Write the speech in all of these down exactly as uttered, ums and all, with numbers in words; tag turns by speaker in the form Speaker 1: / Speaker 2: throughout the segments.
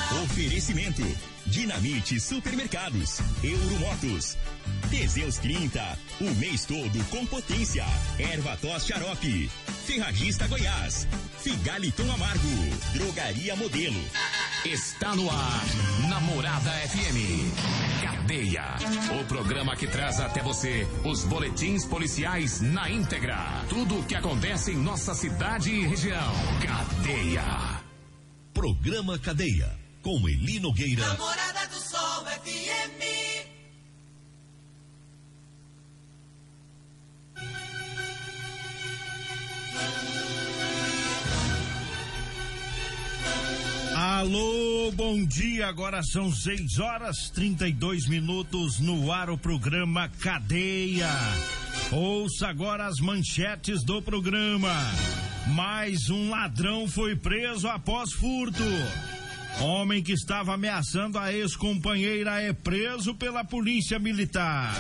Speaker 1: Oferecimento: Dinamite Supermercados, Euromotos, Teseus trinta, o mês todo com potência. Ervatos Xarope, Ferragista Goiás, Figaliton Amargo, Drogaria Modelo.
Speaker 2: Está no ar, Namorada F M. Cadeia, o programa que traz até você os boletins policiais na íntegra. Tudo o que acontece em nossa cidade e região. Cadeia.
Speaker 3: Programa Cadeia, com Eli Nogueira.
Speaker 4: Namorada do Sol F M.
Speaker 5: Alô, bom dia, agora são seis horas trinta e dois minutos no ar o programa Cadeia. Ouça agora as manchetes do programa. Mais um ladrão foi preso após furto. Homem que estava ameaçando a ex-companheira é preso pela polícia militar.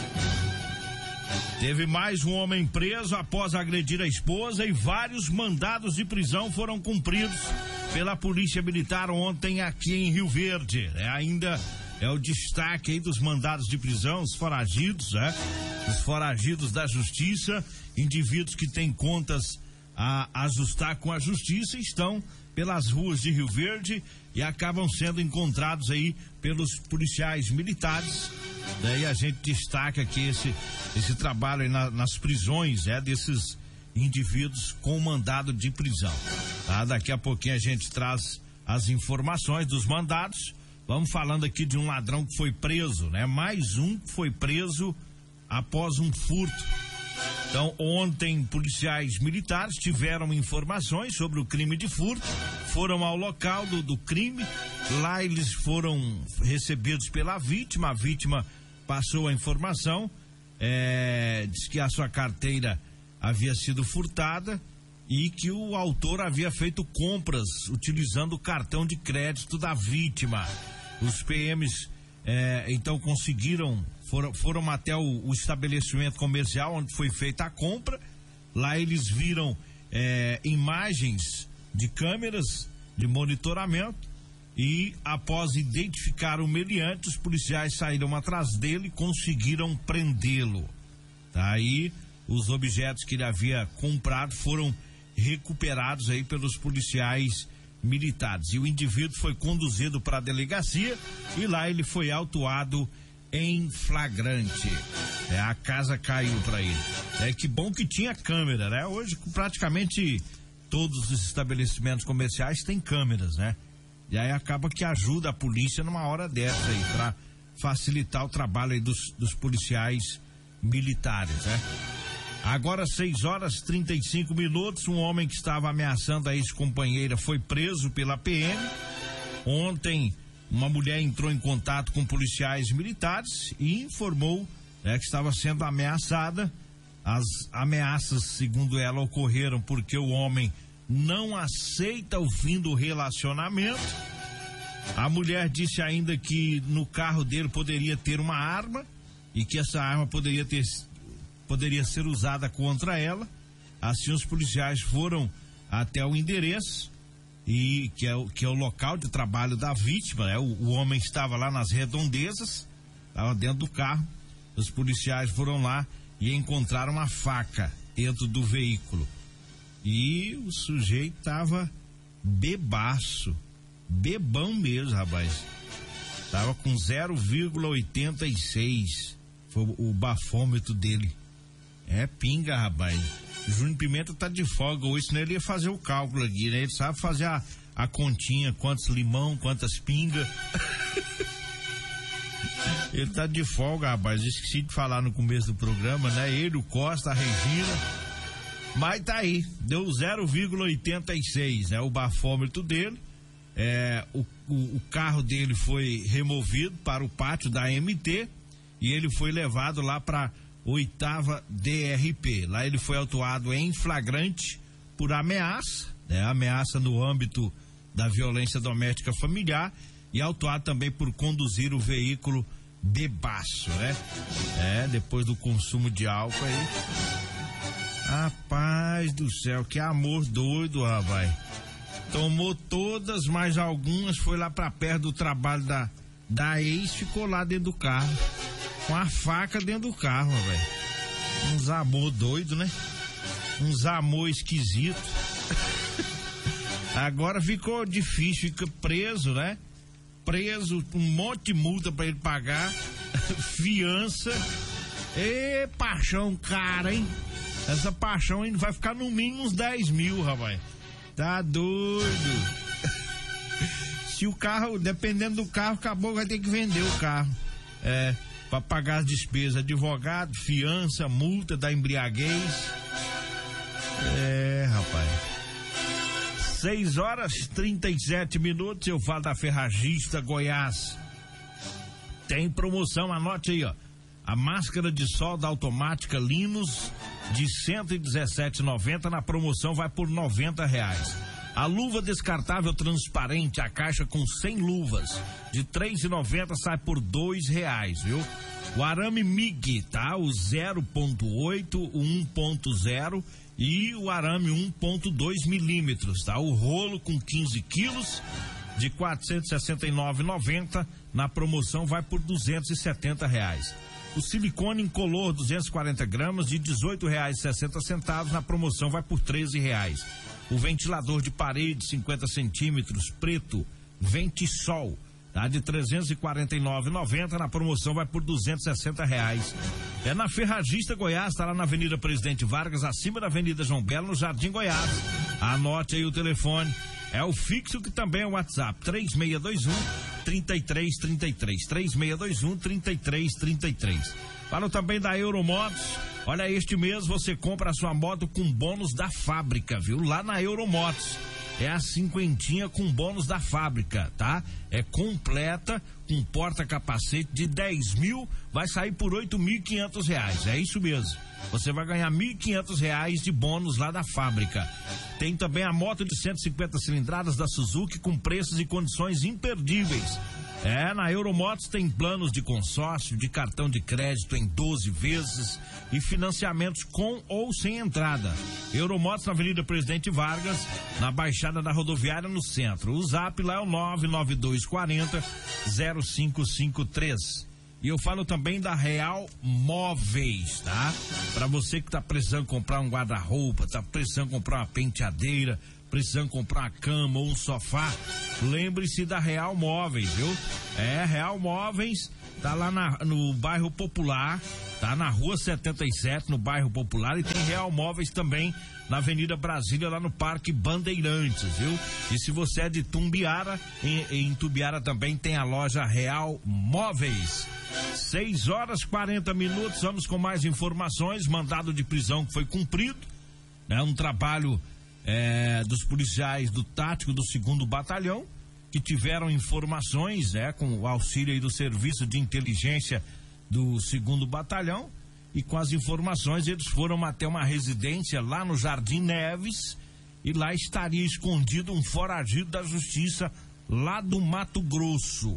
Speaker 5: Teve mais um homem preso após agredir a esposa e vários mandados de prisão foram cumpridos pela polícia militar ontem aqui em Rio Verde. É ainda é o destaque aí dos mandados de prisão, os foragidos, né? Os foragidos da justiça, indivíduos que têm contas a ajustar com a justiça, estão pelas ruas de Rio Verde e acabam sendo encontrados aí pelos policiais militares. Daí a gente destaca aqui esse esse trabalho aí na, nas prisões, é, desses indivíduos com mandado de prisão, tá? Daqui a pouquinho a gente traz as informações dos mandados. Vamos falando aqui de um ladrão que foi preso, né? Mais um que foi preso após um furto. Então, ontem, policiais militares tiveram informações sobre o crime de furto, foram ao local do, do crime, lá eles foram recebidos pela vítima, a vítima passou a informação, é, diz que a sua carteira havia sido furtada e que o autor havia feito compras utilizando o cartão de crédito da vítima. Os P Ms é, então conseguiram, foram, foram até o, o estabelecimento comercial onde foi feita a compra. Lá eles viram é, imagens de câmeras de monitoramento e, após identificar o meliante, os policiais saíram atrás dele e conseguiram prendê-lo. Tá aí, os objetos que ele havia comprado foram recuperados aí pelos policiais militares. E o indivíduo foi conduzido para a delegacia e lá ele foi autuado em flagrante. É, a casa caiu para ele. É, que bom que tinha câmera, né? Hoje praticamente todos os estabelecimentos comerciais têm câmeras, né? E aí acaba que ajuda a polícia numa hora dessa aí, para facilitar o trabalho aí dos, dos policiais militares, né? Agora seis horas trinta e cinco minutos, um homem que estava ameaçando a ex-companheira foi preso pela P M. Ontem, uma mulher entrou em contato com policiais militares e informou, né, que estava sendo ameaçada. As ameaças, segundo ela, ocorreram porque o homem não aceita o fim do relacionamento. A mulher disse ainda que no carro dele poderia ter uma arma e que essa arma poderia ter poderia ser usada contra ela. Assim, os policiais foram até o endereço e que é o, que é o local de trabalho da vítima, né? O, o homem estava lá nas redondezas, estava dentro do carro. Os policiais foram lá e encontraram uma faca dentro do veículo. E o sujeito estava bebaço, bebão mesmo, rapaz. Tava com zero vírgula oitenta e seis, foi o bafômetro dele. É pinga, rapaz. O Júnior Pimenta tá de folga hoje, senão ele ia fazer o cálculo aqui, né? Ele sabe fazer a, a continha, quantos limão, quantas pingas. Ele tá de folga, rapaz. Eu esqueci de falar no começo do programa, né? Ele, o Costa, a Regina. Mas tá aí, deu zero vírgula oitenta e seis, né? O bafômetro dele. É, o, o, o carro dele foi removido para o pátio da M T e ele foi levado lá para oitava D R P. Lá ele foi autuado em flagrante por ameaça, né? Ameaça no âmbito da violência doméstica familiar, e autuado também por conduzir o veículo bebaço, né? É, depois do consumo de álcool aí. Rapaz do céu, que amor doido, rapaz. Tomou todas, mas algumas foi lá pra perto do trabalho da, da ex, ficou lá dentro do carro, com a faca dentro do carro, velho. Uns amor doido, né? Uns amor esquisito. Agora ficou difícil, fica preso, né? Preso, um monte de multa pra ele pagar, fiança. Ê, paixão cara, hein? Essa paixão ainda vai ficar no mínimo uns dez mil, rapaz. Tá doido. Se o carro, dependendo do carro, acabou, vai ter que vender o carro. É, pra pagar as despesas, advogado, fiança, multa da embriaguez. É, rapaz. seis horas e trinta e sete minutos, eu falo da Ferragista Goiás. Tem promoção, anote aí, ó. A máscara de solda automática Linus de cento e dezessete reais e noventa centavos, na promoção vai por noventa reais. A luva descartável transparente, a caixa com cem luvas de três reais e noventa centavos sai por dois reais, viu? O arame M I G, tá? O zero ponto oito, o um ponto zero e o arame um ponto dois milímetros, tá? O rolo com quinze quilos de quatrocentos e sessenta e nove reais e noventa centavos, na promoção vai por duzentos e setenta reais. O silicone incolor duzentos e quarenta gramas de dezoito reais e sessenta centavos, na promoção vai por treze reais. O ventilador de parede cinquenta centímetros preto Ventisol, tá? De trezentos e quarenta e nove reais e noventa centavos, na promoção vai por duzentos e sessenta reais. É na Ferragista Goiás, tá lá na Avenida Presidente Vargas, acima da Avenida João Belo, no Jardim Goiás. Anote aí o telefone. É o fixo que também é o WhatsApp, três seis dois um, três três três três, três seis dois um, três três três três. Falo também da Euromotos. Olha, este mês você compra a sua moto com bônus da fábrica, viu? Lá na Euromotos. É a cinquentinha com bônus da fábrica, tá? É completa, com porta-capacete de dez mil, vai sair por oito mil e quinhentos reais. É isso mesmo. Você vai ganhar mil e quinhentos reais de bônus lá da fábrica. Tem também a moto de cento e cinquenta cilindradas da Suzuki com preços e condições imperdíveis. É, na Euromotos tem planos de consórcio, de cartão de crédito em doze vezes e financiamentos com ou sem entrada. Euromotos na Avenida Presidente Vargas, na Baixada da Rodoviária, no centro. O zap lá é o nove nove dois quatro zero, zero cinco cinco três. E eu falo também da Real Móveis, tá? Pra você que tá precisando comprar um guarda-roupa, tá precisando comprar uma penteadeira, precisando comprar uma cama ou um sofá, lembre-se da Real Móveis, viu? É, Real Móveis tá lá na, no bairro Popular, tá na rua setenta e sete, no bairro Popular, e tem Real Móveis também na Avenida Brasília, lá no Parque Bandeirantes, viu? E se você é de Tumbiara, em, em Tumbiara também tem a loja Real Móveis. seis horas e quarenta minutos, vamos com mais informações. Mandado de prisão que foi cumprido, né? Um trabalho é, dos policiais do tático do segundo batalhão, que tiveram informações, né? Com o auxílio aí do serviço de inteligência do segundo batalhão, e com as informações eles foram até uma residência lá no Jardim Neves, e lá estaria escondido um foragido da justiça lá do Mato Grosso.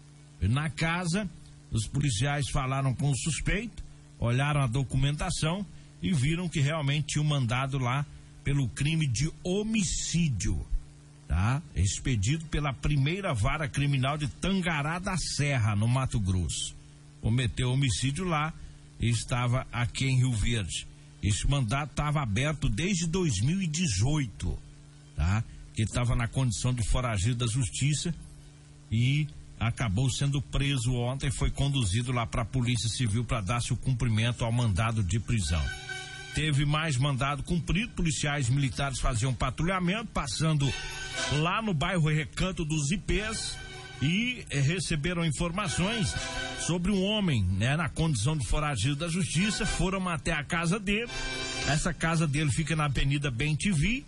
Speaker 5: E na casa, os policiais falaram com o suspeito, olharam a documentação e viram que realmente tinha um mandado lá pelo crime de homicídio, tá? Expedido pela primeira vara criminal de Tangará da Serra, no Mato Grosso. Cometeu homicídio lá e estava aqui em Rio Verde. Esse mandato estava aberto desde dois mil e dezoito, tá? Ele estava na condição de foragido da justiça e acabou sendo preso ontem, foi conduzido lá para a Polícia Civil para dar-se o cumprimento ao mandado de prisão. Teve mais mandado cumprido, policiais militares faziam patrulhamento, passando lá no bairro Recanto dos Ipês, e eh, receberam informações sobre um homem, né, na condição de foragido da justiça. Foram até a casa dele. Essa casa dele fica na Avenida Bem T V,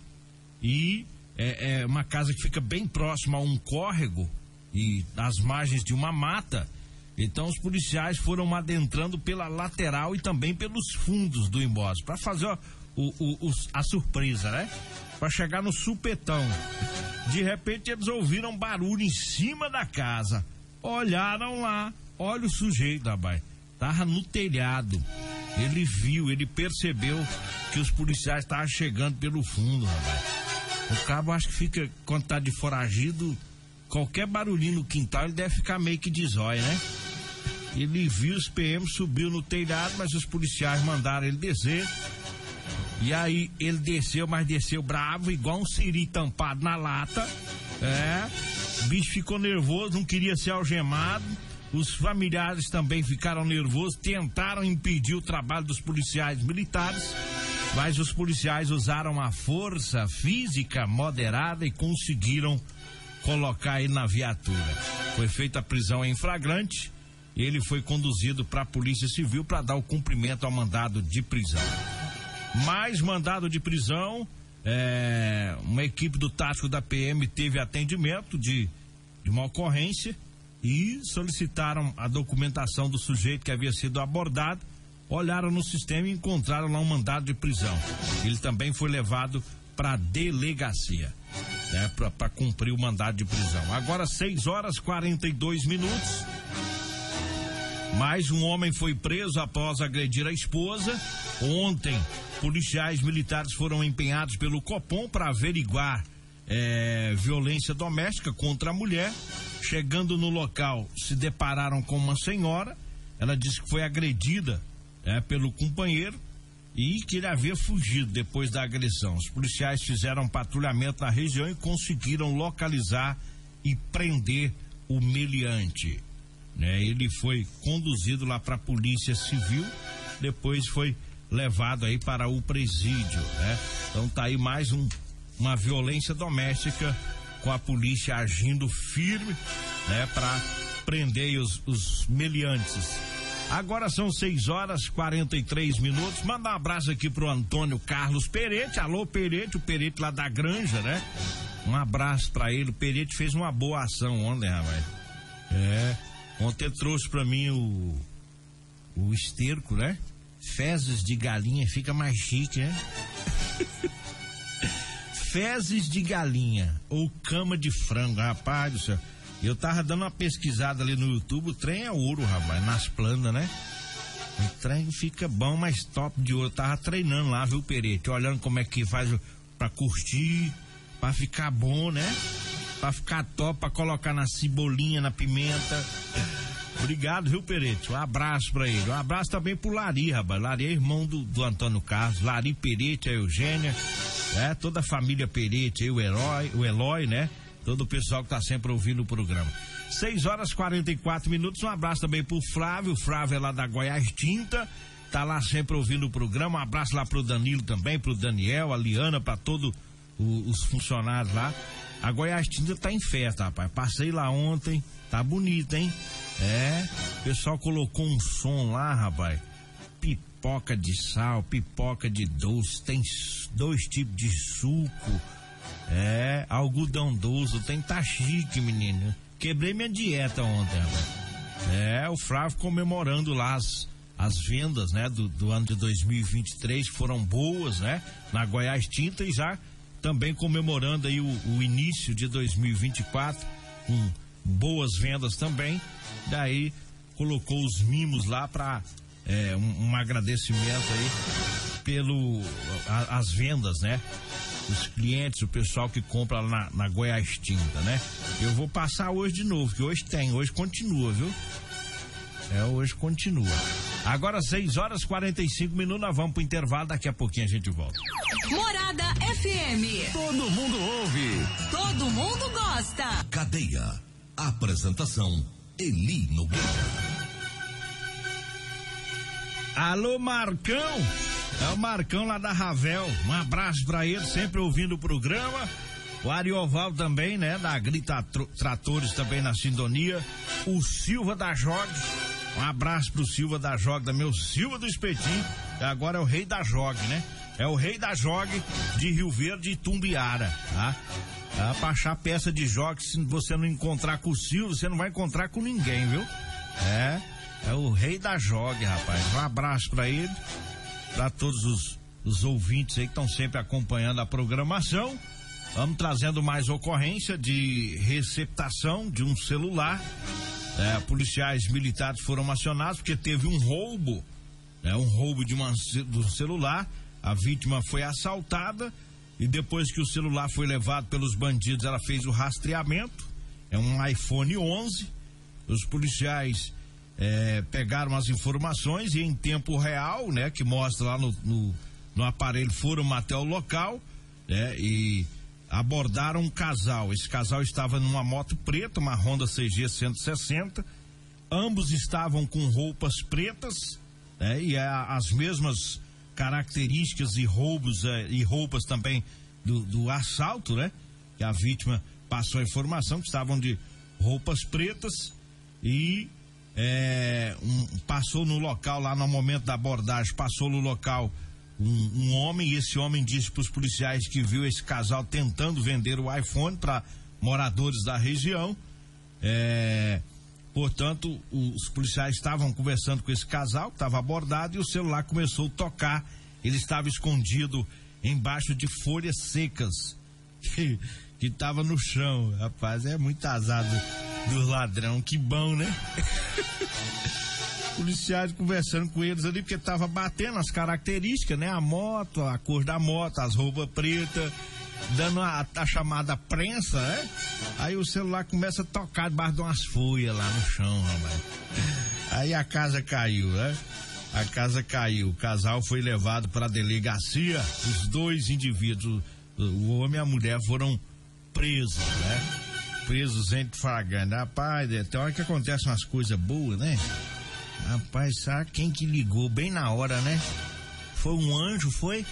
Speaker 5: e é, é uma casa que fica bem próxima a um córrego e às margens de uma mata. Então os policiais foram adentrando pela lateral e também pelos fundos do imóvel para fazer ó, o, o, o, a surpresa, né? Para chegar no supetão. De repente eles ouviram barulho em cima da casa, olharam lá, olha o sujeito, rapaz, tava no telhado. Ele viu, ele percebeu que os policiais estavam chegando pelo fundo, rapaz. O cabo acho que fica, quando tá de foragido, qualquer barulhinho no quintal ele deve ficar meio que de zóia, né? Ele viu os P M, subiu no telhado, mas os policiais mandaram ele descer. E aí ele desceu, mas desceu bravo, igual um siri tampado na lata. É, o bicho ficou nervoso, não queria ser algemado. Os familiares também ficaram nervosos, tentaram impedir o trabalho dos policiais militares, mas os policiais usaram a força física moderada e conseguiram colocar ele na viatura. Foi feita a prisão em flagrante e ele foi conduzido para a Polícia Civil para dar o cumprimento ao mandado de prisão. Mais mandado de prisão, é, uma equipe do tático da P M teve atendimento de, de uma ocorrência e solicitaram a documentação do sujeito que havia sido abordado, olharam no sistema e encontraram lá um mandado de prisão. Ele também foi levado para a delegacia, né, para cumprir o mandado de prisão. Agora seis horas e quarenta e dois minutos. Mais um homem foi preso após agredir a esposa. Ontem, policiais militares foram empenhados pelo Copom para averiguar é, violência doméstica contra a mulher. Chegando no local, se depararam com uma senhora. Ela disse que foi agredida é, pelo companheiro e que ele havia fugido depois da agressão. Os policiais fizeram um patrulhamento na região e conseguiram localizar e prender o meliante. Né? Ele foi conduzido lá para a Polícia Civil, depois foi levado aí para o presídio, né? Então tá aí mais um, uma violência doméstica, com a polícia agindo firme, né, para prender os, os meliantes. Agora são seis horas e quarenta e três minutos. Manda um abraço aqui pro Antônio Carlos Perete. Alô, Perete, o Perete lá da Granja, né? Um abraço pra ele. O Perete fez uma boa ação ontem, rapaz. É, ontem trouxe pra mim o o esterco, né? Fezes de galinha, fica mais chique, né? Fezes de galinha ou cama de frango, rapaz do céu. Eu tava dando uma pesquisada ali no YouTube, o trem é ouro, rapaz, nas plantas, né? O trem fica bom, mas top de ouro. Eu tava treinando lá, viu, Perete? Olhando como é que faz pra curtir, pra ficar bom, né? Pra ficar top, pra colocar na cebolinha, na pimenta. Obrigado, viu, Perete? Um abraço pra ele. Um abraço também pro Lari, rapaz. Lari é irmão do, do Antônio Carlos. Lari, Perete, a Eugênia, né? Toda a família Perete aí, o Herói, o Eloy, né? Todo o pessoal que tá sempre ouvindo o programa. seis horas e quarenta e quatro minutos. Um abraço também pro Flávio. O Flávio é lá da Goiás Tinta. Tá lá sempre ouvindo o programa. Um abraço lá pro Danilo também, pro Daniel, a Liana, pra todos os funcionários lá. A Goiás Tinta tá em festa, rapaz. Passei lá ontem. Tá bonito, hein? É. O pessoal colocou um som lá, rapaz. Pipoca de sal, pipoca de doce. Tem dois tipos de suco. É, algodão doce, tem tá chique, menino. Quebrei minha dieta ontem, rapaz. É, o Flávio comemorando lá as, as vendas, né, do, do ano de dois mil e vinte e três, que foram boas, né, na Goiás Tinta, e já também comemorando aí o, o início de dois mil e vinte e quatro, com boas vendas também. Daí colocou os mimos lá para é, um, um agradecimento aí pelo a, as vendas, né? Os clientes, o pessoal que compra lá na, na Goiás Tinta, né? Eu vou passar hoje de novo, que hoje tem, hoje continua, viu? É, hoje continua. Agora seis horas e quarenta e cinco minutos, nós vamos pro intervalo, daqui a pouquinho a gente volta.
Speaker 4: Morada F M.
Speaker 3: Todo mundo ouve.
Speaker 4: Todo mundo gosta.
Speaker 3: Cadeia. Apresentação, Eli Nogueira.
Speaker 5: Alô, Marcão. É o Marcão lá da Ravel. Um abraço pra ele, sempre ouvindo o programa. O Arioval também, né? Da Grita Tratores também na sintonia. O Silva da Jog. Um abraço pro Silva da Jog, da meu Silva do Espetinho. Agora é o rei da Jog, né? É o rei da Jog de Rio Verde e Tumbiara, tá? Tá? Pra achar peça de Jog, se você não encontrar com o Silva, você não vai encontrar com ninguém, viu? É, é o rei da Jog, rapaz. Um abraço pra ele. Para todos os, os ouvintes aí que estão sempre acompanhando a programação. Vamos trazendo mais ocorrência de receptação de um celular. É, policiais militares foram acionados porque teve um roubo, né, um roubo de, uma, de um celular. A vítima foi assaltada e depois que o celular foi levado pelos bandidos, ela fez o rastreamento. É um iPhone onze. Os policiais é, pegaram as informações e em tempo real, né, que mostra lá no, no, no aparelho, foram até o local, né, e abordaram um casal. Esse casal estava numa moto preta, uma Honda C G cento e sessenta. Ambos estavam com roupas pretas, né, e a, as mesmas características e roubos é, e roupas também do, do assalto, né? Que a vítima passou a informação que estavam de roupas pretas e é, um, passou no local lá no momento da abordagem, passou no local um, um homem, e esse homem disse para os policiais que viu esse casal tentando vender o iPhone para moradores da região. É, portanto, os policiais estavam conversando com esse casal que estava abordado e o celular começou a tocar. Ele estava escondido embaixo de folhas secas que que estava no chão. Rapaz, é muito azar do, do ladrão, que bom, né? Policiais conversando com eles ali, porque tava batendo as características, né? A moto, a cor da moto, as roupas pretas, dando a, a chamada prensa, né? Aí o celular começa a tocar debaixo de umas folhas lá no chão, rapaz. Aí a casa caiu, né? A casa caiu, o casal foi levado para a delegacia, os dois indivíduos, o homem e a mulher, foram presos, né? Presos em flagrante. Rapaz, tem hora que acontecem umas coisas boas, né? Rapaz, sabe quem que ligou bem na hora, né? Foi um anjo, foi?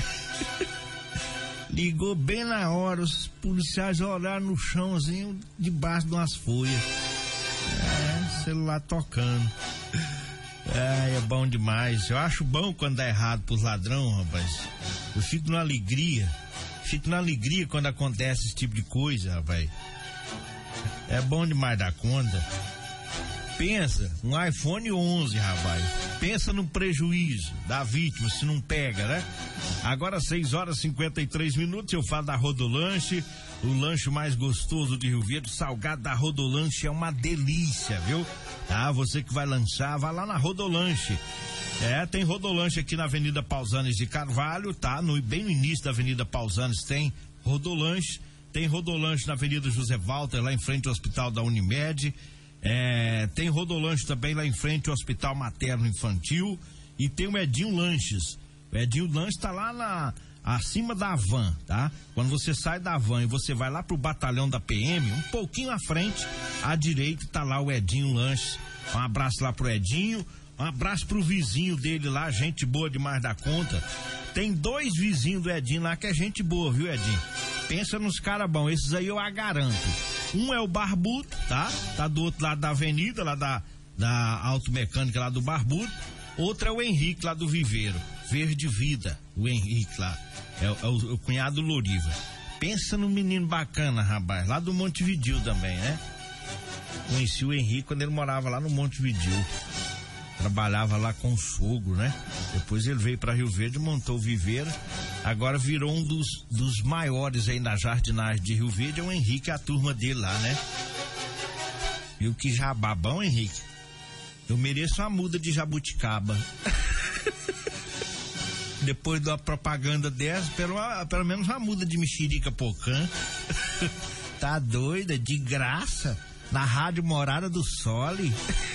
Speaker 5: Ligou bem na hora, os policiais olharam no chão, assim, debaixo de umas folhas. É, celular tocando. É, é bom demais. Eu acho bom quando dá errado pros ladrão, rapaz. Eu fico na alegria. Fico na alegria quando acontece esse tipo de coisa, rapaz. É bom demais dar conta. Pensa, um iPhone onze, rapaz. Pensa no prejuízo da vítima se não pega, né? Agora seis horas e cinquenta e três minutos, eu falo da Rodolanche, o lanche mais gostoso de Rio Verde. O salgado da Rodolanche é uma delícia, viu? Ah, você que vai lanchar, vai lá na Rodolanche. É, tem Rodolanche aqui na Avenida Pausanes de Carvalho, tá? No, bem no início da Avenida Pausanes tem Rodolanche. Tem Rodolanche na Avenida José Walter, lá em frente ao Hospital da Unimed. É, tem Rodolanche também lá em frente ao Hospital Materno Infantil. E tem o Edinho Lanches. O Edinho Lanches tá lá na, acima da van, tá? Quando você sai da van e você vai lá pro batalhão da P M, um pouquinho à frente, à direita, tá lá o Edinho Lanches. Um abraço lá pro Edinho. Um abraço pro vizinho dele lá, gente boa demais da conta. Tem dois vizinhos do Edinho lá que é gente boa, viu, Edinho? Pensa nos caras bons, esses aí eu a garanto. Um é o Barbudo, tá? Tá do outro lado da avenida, lá da, da automecânica lá do Barbudo. Outro é o Henrique lá do Viveiro, Verde Vida, o Henrique lá. É, é o, o cunhado do Loriva. Pensa no menino bacana, rapaz, lá do Montevidéu também, né? Conheci o Henrique quando ele morava lá no Montevidéu. Trabalhava lá com o sogro, né? Depois ele veio para Rio Verde, montou o viveiro. Agora virou um dos, dos maiores aí na jardinagem de Rio Verde. É o Henrique e a turma dele lá, né? Viu que jabá bom, Henrique? Eu mereço uma muda de jabuticaba. Depois de uma propaganda dessa, pelo, pelo menos uma muda de mexerica pocã. Tá doida? De graça? Na Rádio Morada do Sole.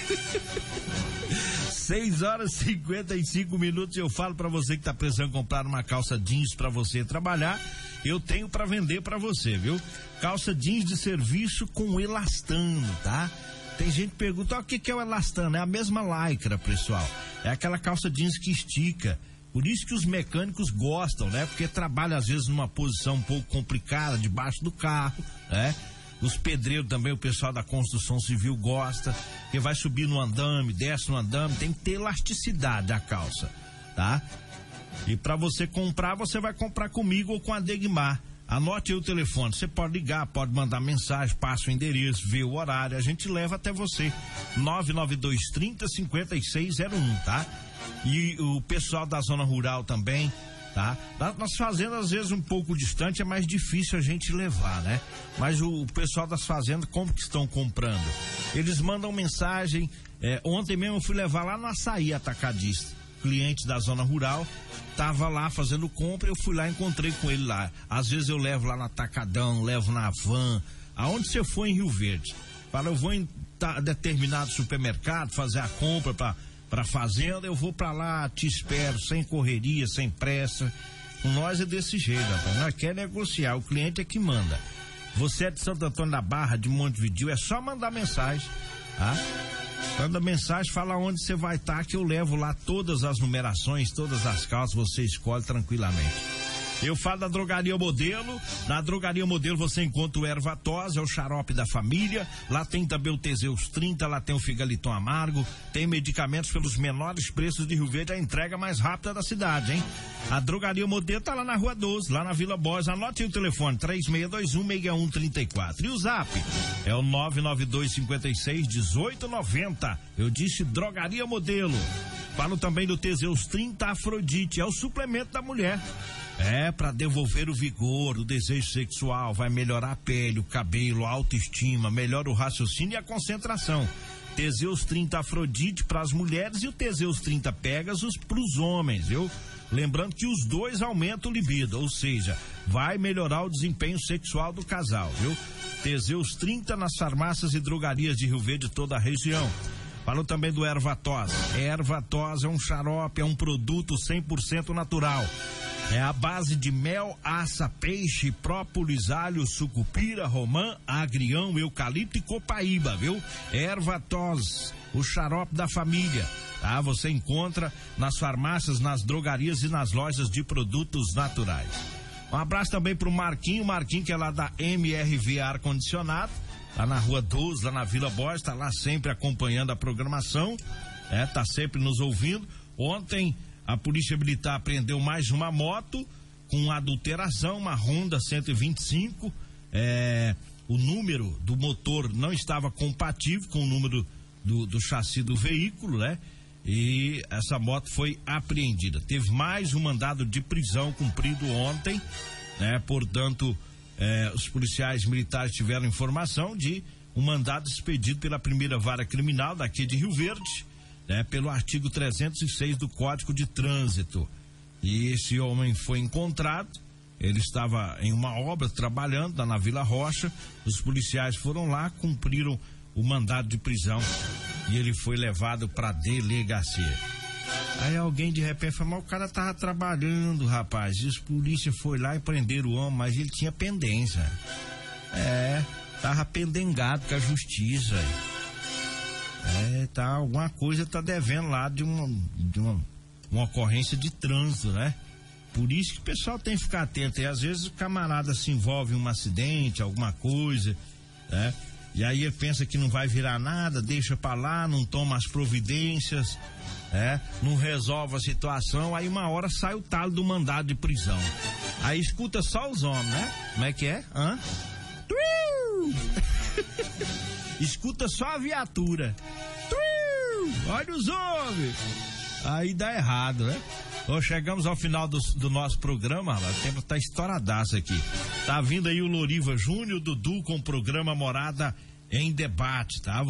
Speaker 5: seis horas e cinquenta e cinco minutos. Eu falo pra você que tá precisando comprar uma calça jeans pra você trabalhar. Eu tenho pra vender pra você, viu? Calça jeans de serviço com elastano, tá? Tem gente que pergunta, ó, o que que é o elastano? É a mesma lycra, pessoal. É aquela calça jeans que estica. Por isso que os mecânicos gostam, né? Porque trabalha às vezes numa posição um pouco complicada, debaixo do carro, né? Os pedreiros também, o pessoal da construção civil gosta, que vai subir no andame, desce no andame, tem que ter elasticidade a calça, tá? E para você comprar, você vai comprar comigo ou com a Degmar. Anote aí o telefone, você pode ligar, pode mandar mensagem, passa o endereço, vê o horário, a gente leva até você. nove nove dois trinta, cinquenta e seis zero um, tá? E o pessoal da zona rural também, tá? Nas fazendas, às vezes um pouco distante, é mais difícil a gente levar, né? Mas o, o pessoal das fazendas, como que estão comprando? Eles mandam mensagem, é, ontem mesmo eu fui levar lá no Açaí Atacadista, cliente da zona rural, tava lá fazendo compra, eu fui lá e encontrei com ele lá. Às vezes eu levo lá no Atacadão, levo na van, aonde você for em Rio Verde. Fala, eu vou em tá, determinado supermercado fazer a compra pra, pra fazenda, eu vou pra lá, te espero, sem correria, sem pressa. Com nós é desse jeito, rapaz. Nós quer negociar, o cliente é que manda. Você é de Santo Antônio da Barra, de Montevidéu, é só mandar mensagem, tá? Manda mensagem, fala onde você vai estar, que eu levo lá todas as numerações, todas as calças, você escolhe tranquilamente. Eu falo da Drogaria Modelo. Na Drogaria Modelo você encontra o Ervatós, é o xarope da família. Lá tem também o Teseus trinta, lá tem o Figaliton Amargo. Tem medicamentos pelos menores preços de Rio Verde, a entrega mais rápida da cidade, hein? A Drogaria Modelo tá lá na Rua doze, lá na Vila Borges. Anote aí o telefone, três seis dois um, seis um três quatro. E o Zap é o nove nove dois cinco seis, um oito nove zero. Eu disse Drogaria Modelo. Falo também do Teseus trinta Afrodite, é o suplemento da mulher. É, para devolver o vigor, o desejo sexual, vai melhorar a pele, o cabelo, a autoestima, melhora o raciocínio e a concentração. Teseus trinta Afrodite para as mulheres e o Teseus trinta Pegasus para os homens, viu? Lembrando que os dois aumentam o libido, ou seja, vai melhorar o desempenho sexual do casal, viu? Teseus trinta nas farmácias e drogarias de Rio Verde e toda a região. Falou também do Ervatós. Ervatós é um xarope, é um produto cem por cento natural. É a base de mel, aça, peixe, própolis, alho, sucupira, romã, agrião, eucalipto e copaíba, viu? Ervatós, o xarope da família. Tá? Você encontra nas farmácias, nas drogarias e nas lojas de produtos naturais. Um abraço também pro Marquinho, Marquinho que é lá da M R V Ar Condicionado, lá na Rua doze, lá na Vila Borges, tá lá sempre acompanhando a programação, é, tá sempre nos ouvindo. Ontem a Polícia Militar apreendeu mais uma moto com adulteração, uma Honda cento e vinte e cinco. É, o número do motor não estava compatível com o número do, do chassi do veículo, né? E essa moto foi apreendida. Teve mais um mandado de prisão cumprido ontem, né? Portanto, é, os policiais militares tiveram informação de um mandado expedido pela primeira vara criminal daqui de Rio Verde, né, pelo artigo trezentos e seis do Código de Trânsito. E esse homem foi encontrado, ele estava em uma obra trabalhando lá na Vila Rocha, os policiais foram lá, cumpriram o mandado de prisão e ele foi levado para delegacia. Aí alguém de repente falou, mas o cara tava trabalhando, rapaz, e os polícias foi lá e prenderam o homem, mas ele tinha pendência. É, tava pendengado com a justiça. É, tá, alguma coisa tá devendo lá de uma, de uma, uma ocorrência de trânsito, né? Por isso que o pessoal tem que ficar atento. E às vezes o camarada se envolve em um acidente, alguma coisa, né? E aí ele pensa que não vai virar nada, deixa pra lá, não toma as providências, né? Não resolve a situação, aí uma hora sai o talo do mandado de prisão. Aí escuta só os homens, né? Como é que é? Hã? Escuta só a viatura. Olha os homens. Aí dá errado, né? Bom, chegamos ao final do, do nosso programa, o tempo tá estouradaço aqui. Tá vindo aí o Loriva Júnior, Dudu com o programa Morada em Debate, tá?